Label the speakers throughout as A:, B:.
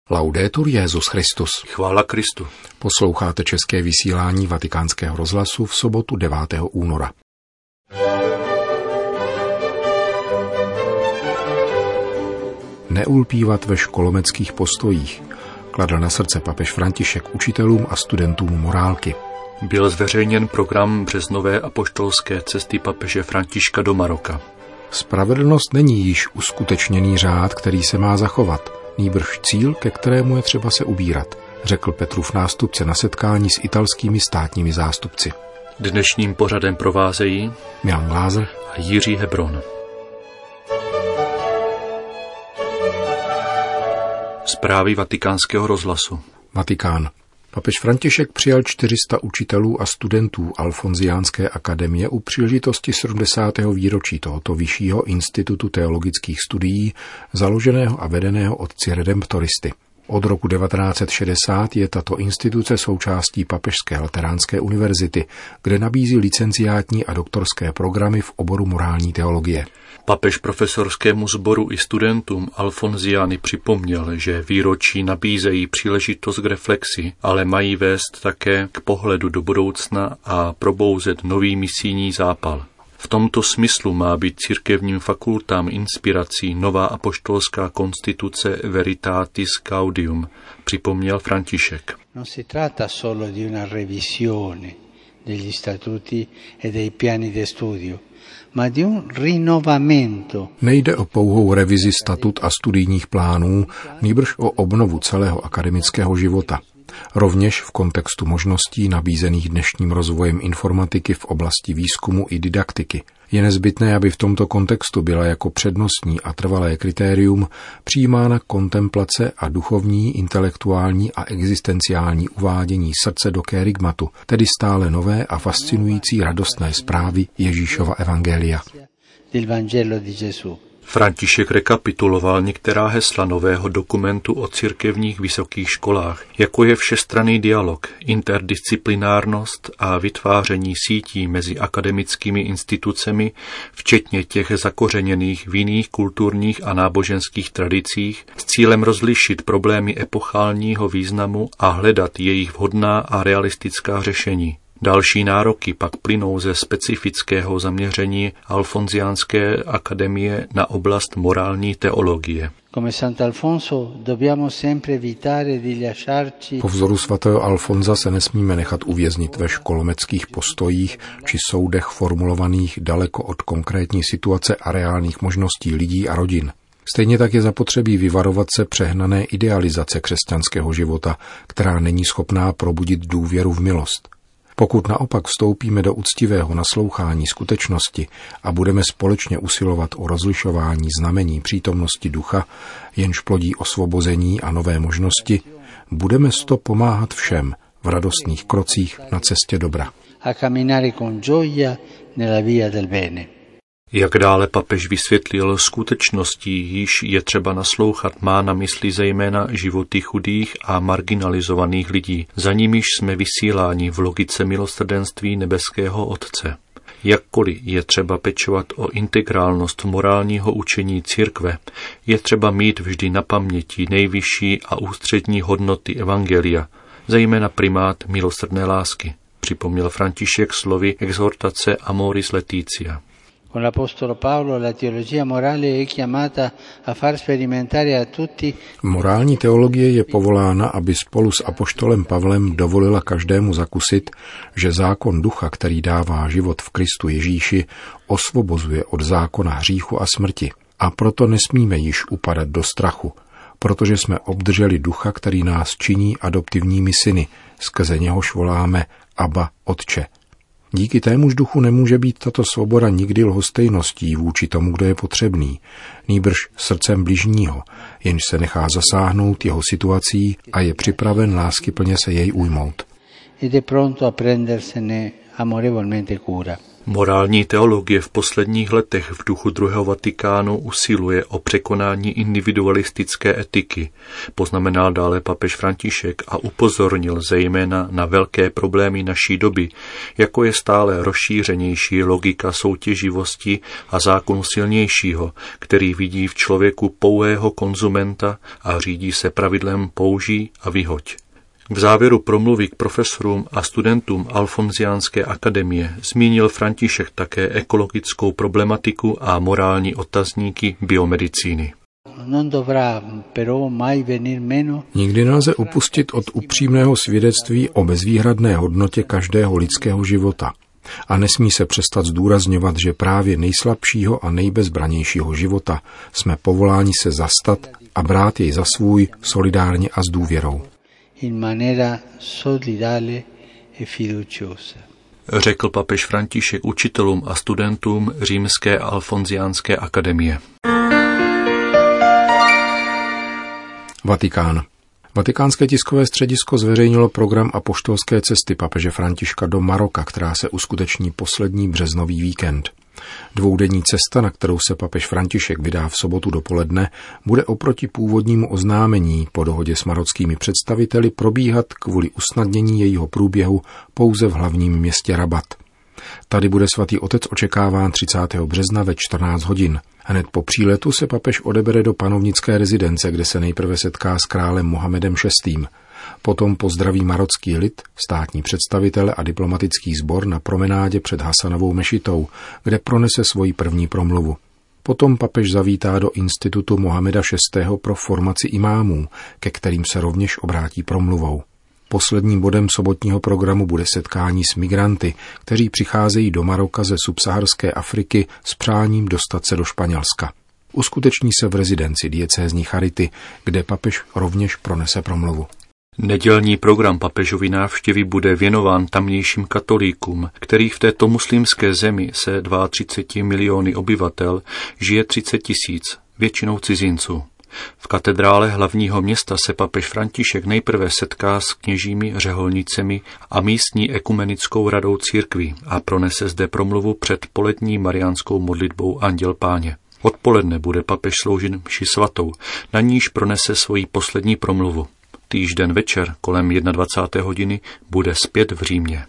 A: Laudetur Jesus Christus.
B: Chvála Kristu.
A: Posloucháte české vysílání Vatikánského rozhlasu v sobotu 9. února. Neulpívat ve školometských postojích, kladl na srdce papež František učitelům a studentům morálky.
B: Byl zveřejněn program březnové apoštolské cesty papeže Františka do Maroka.
A: Spravedlnost není již uskutečněný řád, který se má zachovat, nýbrž cíl, ke kterému je třeba se ubírat, řekl Petrův nástupce na setkání s italskými státními zástupci.
B: Dnešním pořadem provázejí
A: Jan Glázer
B: a Jiří Hebron. Zprávy Vatikánského rozhlasu.
A: Vatikán. Papež František přijal 400 učitelů a studentů Alfonziánské akademie u příležitosti 70. výročí tohoto vyššího institutu teologických studií, založeného a vedeného otci redemptoristy. Od roku 1960 je tato instituce součástí Papežské lateránské univerzity, kde nabízí licenciátní a doktorské programy v oboru morální teologie.
B: Papež profesorskému sboru i studentům Alfonziány připomněl, že výročí nabízejí příležitost k reflexi, ale mají vést také k pohledu do budoucna a probouzet nový misijní zápal. V tomto smyslu má být církevním fakultám inspirací nová apoštolská konstituce Veritatis Gaudium, připomněl František.
C: Non si tratta solo di una revisione degli statuti e dei piani di studio, ma di un rinnovamento.
A: Nejde o pouhou revizi statut a studijních plánů, nýbrž o obnovu celého akademického života. Rovněž v kontextu možností nabízených dnešním rozvojem informatiky v oblasti výzkumu i didaktiky. Je nezbytné, aby v tomto kontextu byla jako přednostní a trvalé kritérium přijímána kontemplace a duchovní, intelektuální a existenciální uvádění srdce do kérygmatu, tedy stále nové a fascinující radostné zprávy Ježíšova evangelia.
B: František rekapituloval některá hesla nového dokumentu o církevních vysokých školách, jako je všestranný dialog, interdisciplinárnost a vytváření sítí mezi akademickými institucemi, včetně těch zakořeněných v jiných kulturních a náboženských tradicích, s cílem rozlišit problémy epochálního významu a hledat jejich vhodná a realistická řešení. Další nároky pak plynou ze specifického zaměření Alfonziánské akademie na oblast morální teologie.
A: Po vzoru svatého Alfonza se nesmíme nechat uvěznit ve školometských postojích či soudech formulovaných daleko od konkrétní situace a reálných možností lidí a rodin. Stejně tak je zapotřebí vyvarovat se přehnané idealizace křesťanského života, která není schopná probudit důvěru v milost. Pokud naopak vstoupíme do uctivého naslouchání skutečnosti a budeme společně usilovat o rozlišování znamení přítomnosti ducha, jenž plodí osvobození a nové možnosti, budeme s to pomáhat všem v radostných krocích na cestě dobra.
B: Jak dále papež vysvětlil, skutečností již je třeba naslouchat, má na mysli zejména životy chudých a marginalizovaných lidí, za nimiž jsme vysíláni v logice milosrdenství nebeského Otce. Jakkoliv je třeba pečovat o integrálnost morálního učení církve, je třeba mít vždy na paměti nejvyšší a ústřední hodnoty evangelia, zejména primát milosrdné lásky, připomněl František slovy exhortace Amoris Laetitia.
C: Con l'Apostolo Paolo la teologia morale è chiamata a far sperimentare a tutti.
A: Morální teologie je povolána, aby spolu s apoštolem Pavlem dovolila každému zakusit, že zákon ducha, který dává život v Kristu Ježíši, osvobozuje od zákona hříchu a smrti. A proto nesmíme již upadat do strachu, protože jsme obdrželi ducha, který nás činí adoptivními syny, skrze něhož voláme Abba, Otče. Díky témuž duchu nemůže být tato svoboda nikdy lhostejností vůči tomu, kdo je potřebný, nýbrž srdcem bližního, jenž se nechá zasáhnout jeho situací a je připraven láskyplně se jej ujmout.
C: Ed è pronto a prendersene amorevolmente cura.
B: Morální teologie v posledních letech v duchu druhého Vatikánu usiluje o překonání individualistické etiky, poznamenal dále papež František a upozornil zejména na velké problémy naší doby, jako je stále rozšířenější logika soutěživosti a zákonu silnějšího, který vidí v člověku pouhého konzumenta a řídí se pravidlem použij a vyhoď. V závěru promluvy k profesorům a studentům Alfonziánské akademie zmínil František také ekologickou problematiku a morální otazníky biomedicíny.
A: Nikdy nelze upustit od upřímného svědectví o bezvýhradné hodnotě každého lidského života. A nesmí se přestat zdůrazňovat, že právě nejslabšího a nejbezbranějšího života jsme povoláni se zastat a brát jej za svůj solidárně a s důvěrou.
C: In maniera solidale e fiduciosa.
B: Řekl papež František učitelům a studentům Římské Alfonziánské akademie.
A: Vatikán. Vatikánské tiskové středisko zveřejnilo program apoštolské cesty papeže Františka do Maroka, která se uskuteční poslední březnový víkend. Dvoudenní cesta, na kterou se papež František vydá v sobotu dopoledne, bude oproti původnímu oznámení po dohodě s marockými představiteli probíhat kvůli usnadnění jejího průběhu pouze v hlavním městě Rabat. Tady bude svatý otec očekáván 30. března ve 14 hodin. Hned po příletu se papež odebere do panovnické rezidence, kde se nejprve setká s králem Mohamedem VI. Potom pozdraví marocký lid, státní představitele a diplomatický sbor na promenádě před Hasanovou mešitou, kde pronese svoji první promluvu. Potom papež zavítá do institutu Mohameda VI. Pro formaci imámů, ke kterým se rovněž obrátí promluvou. Posledním bodem sobotního programu bude setkání s migranty, kteří přicházejí do Maroka ze subsaharské Afriky s přáním dostat se do Španělska. Uskuteční se v rezidenci diecézní Charity, kde papež rovněž pronese promluvu.
B: Nedělní program papežovy návštěvy bude věnován tamnějším katolíkům, kterých v této muslimské zemi se 32 miliony obyvatel žije 30 000, většinou cizinců. V katedrále hlavního města se papež František nejprve setká s kněžími, řeholnicemi a místní ekumenickou radou církví a pronese zde promluvu před polední mariánskou modlitbou Anděl Páně. Odpoledne bude papež sloužit mši svatou, na níž pronese svoji poslední promluvu. Týžden večer kolem 21. hodiny bude zpět v Římě.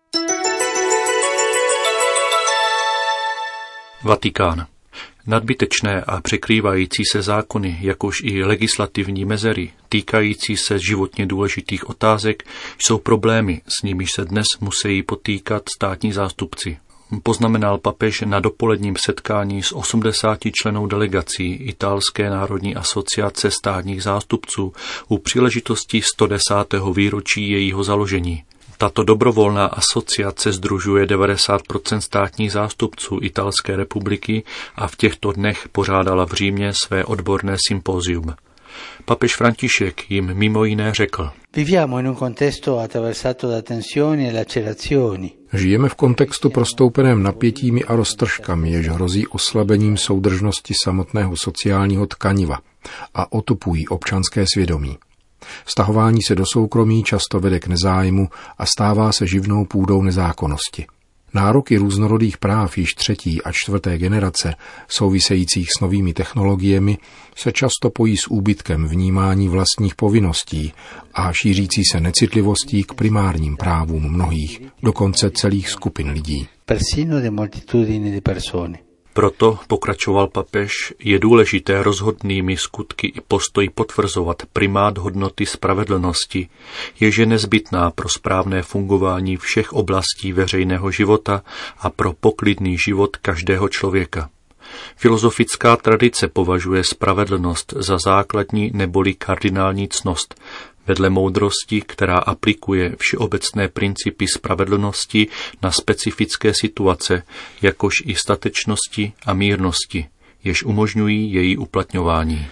B: Vatikán. Nadbytečné a překrývající se zákony, jakož i legislativní mezery, týkající se životně důležitých otázek, jsou problémy, s nimiž se dnes musí potýkat státní zástupci. Poznamenal papež na dopoledním setkání s 80 členů delegací Italské národní asociace státních zástupců u příležitosti 110. výročí jejího založení. Tato dobrovolná asociace sdružuje 90% státních zástupců Italské republiky a v těchto dnech pořádala v Římě své odborné sympózium. Papež František jim mimo jiné řekl:
A: Žijeme v kontextu prostoupeném napětími a roztržkami, jež hrozí oslabením soudržnosti samotného sociálního tkaniva a otupují občanské svědomí. Stahování se do soukromí často vede k nezájmu a stává se živnou půdou nezákonnosti. Nároky různorodých práv již 3. a 4. generace, souvisejících s novými technologiemi, se často pojí s úbytkem vnímání vlastních povinností a šířící se necitlivostí k primárním právům mnohých, dokonce celých skupin lidí.
B: Proto, pokračoval papež, je důležité rozhodnými skutky i postoji potvrzovat primát hodnoty spravedlnosti, jež je nezbytná pro správné fungování všech oblastí veřejného života a pro poklidný život každého člověka. Filozofická tradice považuje spravedlnost za základní neboli kardinální ctnost, vedle moudrosti, která aplikuje všeobecné principy spravedlnosti na specifické situace, jakož i statečnosti a mírnosti, jež umožňují její uplatňování.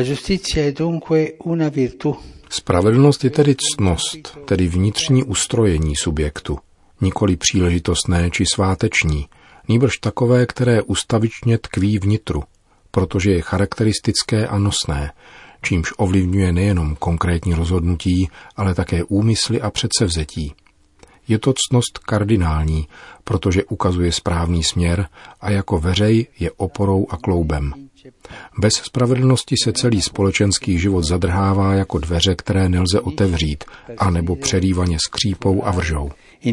A: Spravedlnost je tedy ctnost, tedy vnitřní ustrojení subjektu, nikoli příležitostné či sváteční, nýbrž takové, které ustavičně tkví vnitru, protože je charakteristické a nosné, čímž ovlivňuje nejenom konkrétní rozhodnutí, ale také úmysly a předsevzetí. Je to ctnost kardinální, protože ukazuje správný směr a jako veřej je oporou a kloubem. Bez spravedlnosti se celý společenský život zadrhává jako dveře, které nelze otevřít, anebo přerývaně skřípou a vržou.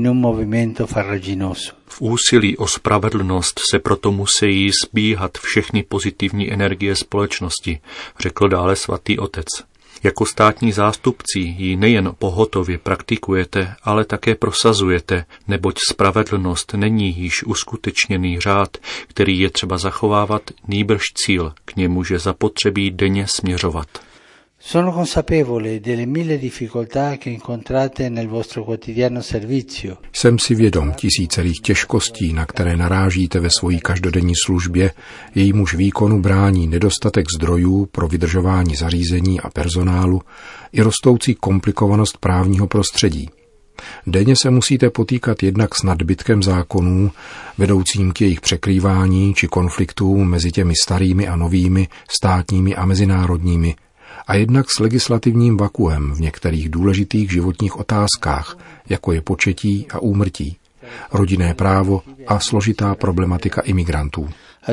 B: V úsilí o spravedlnost se proto musí sbíhat všechny pozitivní energie společnosti, řekl dále svatý otec. Jako státní zástupci ji nejen pohotově praktikujete, ale také prosazujete, neboť spravedlnost není již uskutečněný řád, který je třeba zachovávat, nýbrž cíl, k němuž je zapotřebí denně směřovat.
C: Sono consapevole delle mille difficoltà che incontrate nel vostro quotidiano servizio.
A: Jsem si vědom tisícerých těžkostí, na které narážíte ve své každodenní službě, jejímuž výkonu brání nedostatek zdrojů pro vydržování zařízení a personálu i rostoucí komplikovanost právního prostředí. Denně se musíte potýkat jednak s nadbytkem zákonů, vedoucím k jejich překrývání či konfliktům mezi těmi starými a novými, státními a mezinárodními, a jednak s legislativním vakuem v některých důležitých životních otázkách, jako je početí a úmrtí, rodinné právo a složitá problematika imigrantů.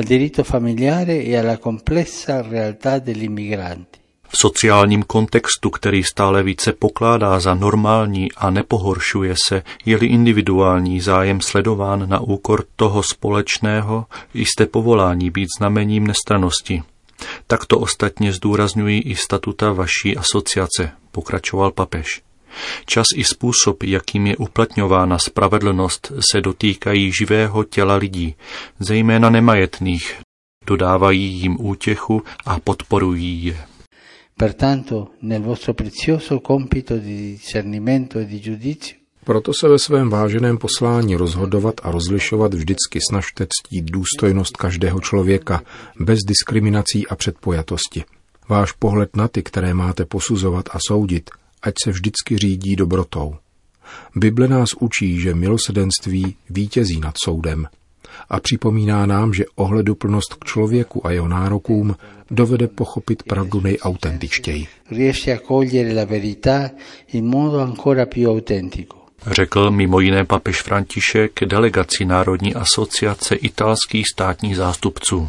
B: V sociálním kontextu, který stále více pokládá za normální a nepohoršuje se, je-li individuální zájem sledován na úkor toho společného, jste povolání být znamením nestrannosti. Tak to ostatně zdůrazňují i statuta vaší asociace, pokračoval papež. Čas i způsob, jakým je uplatňována spravedlnost, se dotýkají živého těla lidí, zejména nemajetných, dodávají jim útěchu a podporují je.
C: Pertanto, nel vostro prezioso compito di discernimento e di giudizio,
A: proto se ve svém váženém poslání rozhodovat a rozlišovat vždycky snažte ctít důstojnost každého člověka bez diskriminací a předpojatosti. Váš pohled na ty, které máte posuzovat a soudit, ať se vždycky řídí dobrotou. Bible nás učí, že milosrdenství vítězí nad soudem a připomíná nám, že ohleduplnost k člověku a jeho nárokům dovede pochopit pravdu nejautentičtěji.
B: Řekl mimo jiné papež František delegaci Národní asociace italských státních zástupců.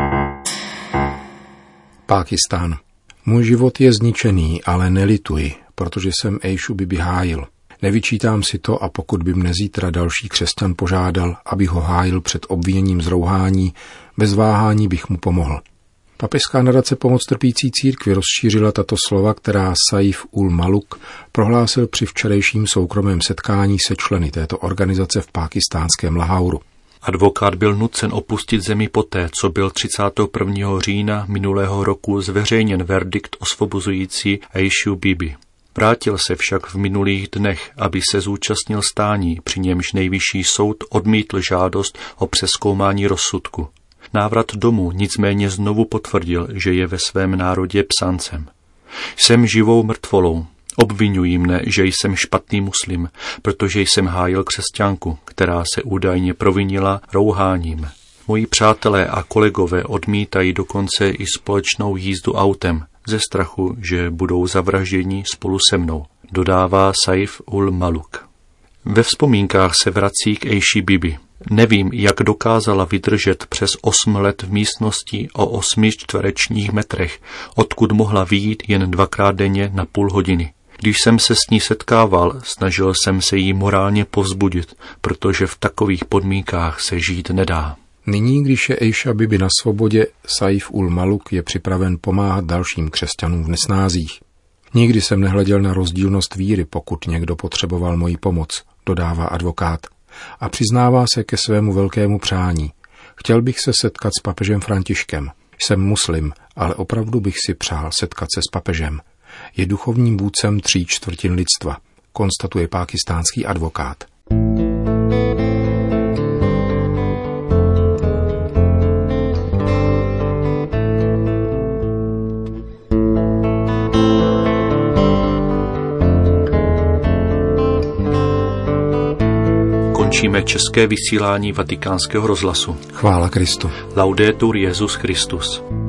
A: Pákistán. Můj život je zničený, ale nelituji, protože jsem Aishu Bibi hájil. Nevyčítám si to a pokud by mne zítra další křesťan požádal, aby ho hájil před obviněním z rouhání, bez váhání bych mu pomohl. Papežská nadace Pomoc trpící církvi rozšířila tato slova, která Saif ul Maluk prohlásil při včerejším soukromém setkání se členy této organizace v pákistánském Lahauru.
B: Advokát byl nucen opustit zemi poté, co byl 31. října minulého roku zveřejněn verdikt osvobozující Aishu Bibi. Vrátil se však v minulých dnech, aby se zúčastnil stání, při němž nejvyšší soud odmítl žádost o přezkoumání rozsudku. Návrat domů nicméně znovu potvrdil, že je ve svém národě psancem. Jsem živou mrtvolou. Obvinují mne, že jsem špatný muslim, protože jsem hájil křesťanku, která se údajně provinila rouháním. Moji přátelé a kolegové odmítají dokonce i společnou jízdu autem, ze strachu, že budou zavražděni spolu se mnou, dodává Saif ul Maluk. Ve vzpomínkách se vrací k Aishi Bibi. Nevím, jak dokázala vydržet přes 8 let v místnosti o 8 čtverečních metrech, odkud mohla vyjít jen 2krát denně na půl hodiny. Když jsem se s ní setkával, snažil jsem se jí morálně povzbudit, protože v takových podmínkách se žít nedá.
A: Nyní, když je Aisha Bibi na svobodě, Saif ul Maluk je připraven pomáhat dalším křesťanům v nesnázích. Nikdy jsem nehleděl na rozdílnost víry, pokud někdo potřeboval moji pomoc, dodává advokát. A přiznává se ke svému velkému přání. Chtěl bych se setkat s papežem Františkem. Jsem muslim, ale opravdu bych si přál setkat se s papežem. Je duchovním vůdcem 3/4 lidstva, konstatuje pákistánský advokát.
B: Končíme české vysílání Vatikánského rozhlasu.
A: Chvála Kristu.
B: Laudetur Jesus Christus.